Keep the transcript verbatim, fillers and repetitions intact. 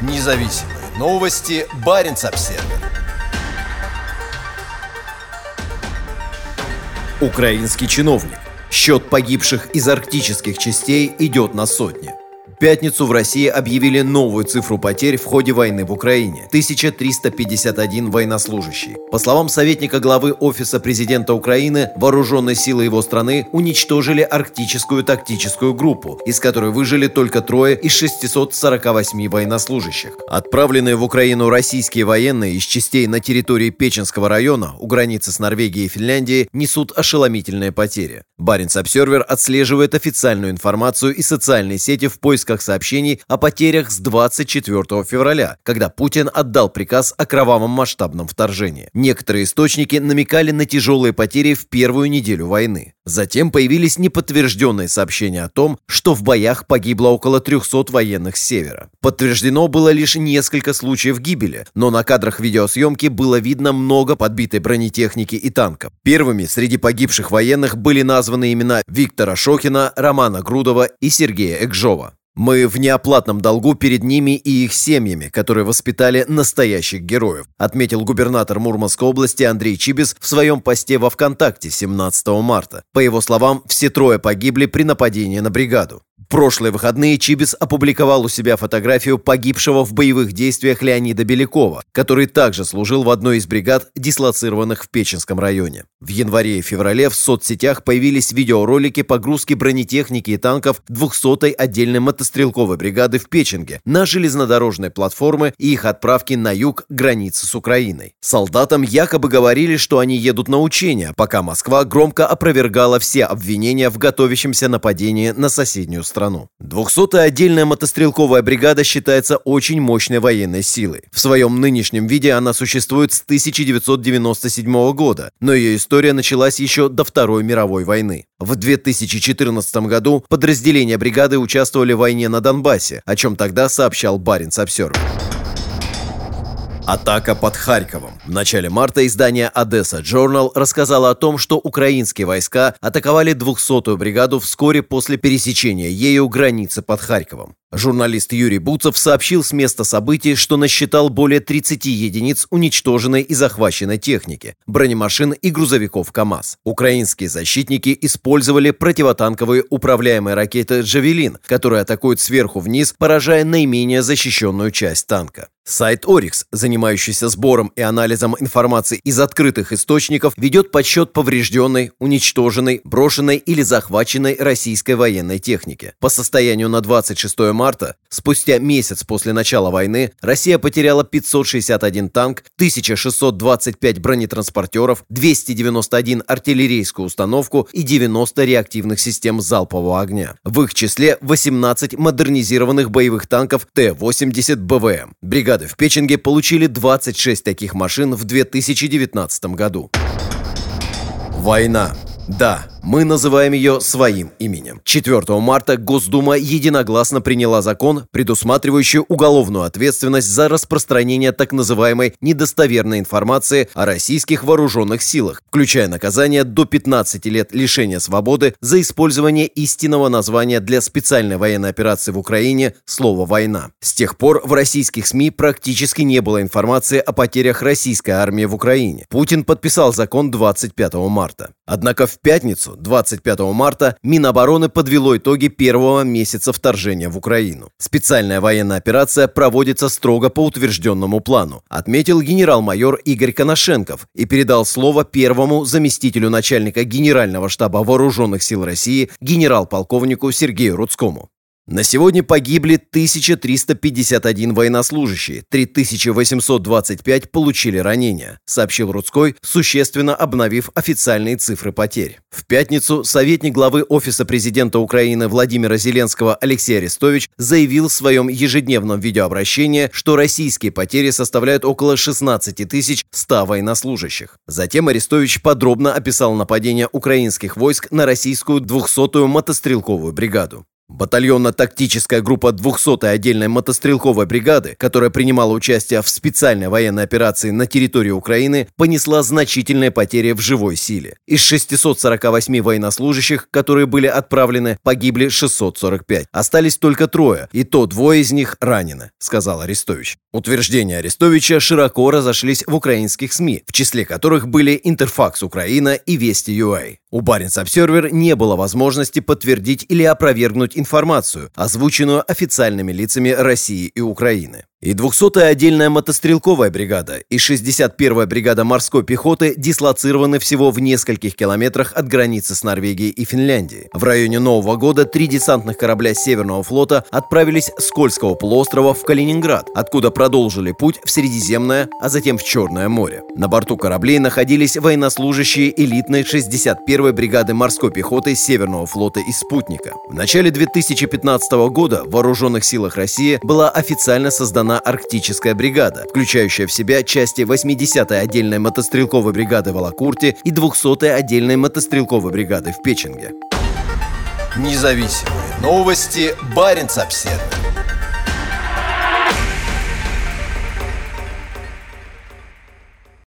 Независимые новости. Баренц-Обсервер. Украинский чиновник. Счет погибших из арктических частей идет на сотни. В пятницу в России объявили новую цифру потерь в ходе войны в Украине – тысяча триста пятьдесят один военнослужащий. По словам советника главы Офиса президента Украины, вооруженные силы его страны уничтожили арктическую тактическую группу, из которой выжили только трое из шестисот сорока восьми военнослужащих. Отправленные в Украину российские военные из частей на территории Печенского района у границы с Норвегией и Финляндией несут ошеломительные потери. Баренц-Обсервер отслеживает официальную информацию и социальные сети в поисках сообщений о потерях с двадцать четвёртого февраля, когда Путин отдал приказ о кровавом масштабном вторжении. Некоторые источники намекали на тяжелые потери в первую неделю войны. Затем появились неподтвержденные сообщения о том, что в боях погибло около трёхсот военных с севера. Подтверждено было лишь несколько случаев гибели, но на кадрах видеосъемки было видно много подбитой бронетехники и танков. Первыми среди погибших военных были названы имена Виктора Шохина, Романа Грудова и Сергея Экжова. «Мы в неоплатном долгу перед ними и их семьями, которые воспитали настоящих героев», отметил губернатор Мурманской области Андрей Чибис в своем посте во ВКонтакте семнадцатого марта. По его словам, все трое погибли при нападении на бригаду. В прошлые выходные Чибис опубликовал у себя фотографию погибшего в боевых действиях Леонида Белякова, который также служил в одной из бригад, дислоцированных в Печенском районе. В январе и феврале в соцсетях появились видеоролики погрузки бронетехники и танков двухсотой отдельной мотострелковой бригады в Печенге на железнодорожные платформы и их отправки на юг границы с Украиной. Солдатам якобы говорили, что они едут на учения, пока Москва громко опровергала все обвинения в готовящемся нападении на соседнюю страну. двухсотая отдельная мотострелковая бригада считается очень мощной военной силой. В своем нынешнем виде она существует с тысяча девятьсот девяносто седьмого года, но ее история началась еще до Второй мировой войны. В две тысячи четырнадцатом году подразделения бригады участвовали в войне на Донбассе, о чем тогда сообщал Баренц-Обсервер. Атака под Харьковом. В начале марта издание Odessa Journal рассказало о том, что украинские войска атаковали двухсотую бригаду вскоре после пересечения ею границы под Харьковом. Журналист Юрий Буцев сообщил с места событий, что насчитал более тридцати единиц уничтоженной и захваченной техники, бронемашин и грузовиков КАМАЗ. Украинские защитники использовали противотанковые управляемые ракеты «Джавелин», которые атакуют сверху вниз, поражая наименее защищенную часть танка. Сайт Орикс, занимающийся сбором и анализом информации из открытых источников, ведет подсчет поврежденной, уничтоженной, брошенной или захваченной российской военной техники. По состоянию на двадцать шестое марта, спустя месяц после начала войны, Россия потеряла пятьсот шестьдесят один танк, тысяча шестьсот двадцать пять бронетранспортеров, двести девяносто один артиллерийскую установку и девяносто реактивных систем залпового огня. В их числе восемнадцать модернизированных боевых танков Т восемьдесят Б В М. Бригады в Печенге получили двадцать шесть таких машин в две тысячи девятнадцатом году. Война. Да, мы называем ее своим именем. четвёртого марта Госдума единогласно приняла закон, предусматривающий уголовную ответственность за распространение так называемой недостоверной информации о российских вооруженных силах, включая наказание до пятнадцати лет лишения свободы за использование истинного названия для специальной военной операции в Украине слово «война». С тех пор в российских СМИ практически не было информации о потерях российской армии в Украине. Путин подписал закон двадцать пятого марта. Однако в пятницу, двадцать пятого марта, Минобороны подвело итоги первого месяца вторжения в Украину. Специальная военная операция проводится строго по утвержденному плану, отметил генерал-майор Игорь Коношенков и передал слово первому заместителю начальника Генерального штаба Вооруженных сил России генерал-полковнику Сергею Рудскому. На сегодня погибли тысяча триста пятьдесят один военнослужащий, три тысячи восемьсот двадцать пять получили ранения, сообщил Рудской, существенно обновив официальные цифры потерь. В пятницу советник главы Офиса президента Украины Владимира Зеленского Алексей Арестович заявил в своем ежедневном видеообращении, что российские потери составляют около шестнадцати тысяч ста военнослужащих. Затем Арестович подробно описал нападение украинских войск на российскую двухсотую мотострелковую бригаду. Батальонно-тактическая группа двухсотой отдельной мотострелковой бригады, которая принимала участие в специальной военной операции на территории Украины, понесла значительные потери в живой силе. Из шестисот сорока восьми военнослужащих, которые были отправлены, погибли шестьсот сорок пять. Остались только трое, и то двое из них ранены, сказал Арестович. Утверждения Арестовича широко разошлись в украинских СМИ, в числе которых были Интерфакс Украина и Вести.ua. У Баренц Обсервер не было возможности подтвердить или опровергнуть информацию, озвученную официальными лицами России и Украины. И двухсотая отдельная мотострелковая бригада, и шестьдесят первая бригада морской пехоты дислоцированы всего в нескольких километрах от границы с Норвегией и Финляндией. В районе Нового года три десантных корабля Северного флота отправились с Кольского полуострова в Калининград, откуда продолжили путь в Средиземное, а затем в Черное море. На борту кораблей находились военнослужащие элитной шестьдесят первой бригады морской пехоты Северного флота и «Спутника». В начале две тысячи пятнадцатого года в Вооруженных силах России была официально создана Арктическая бригада, включающая в себя части восьмидесятой отдельной мотострелковой бригады в Алакурте и двухсотой отдельной мотострелковой бригады в Печенге. Независимые новости. Баренц Обсервер.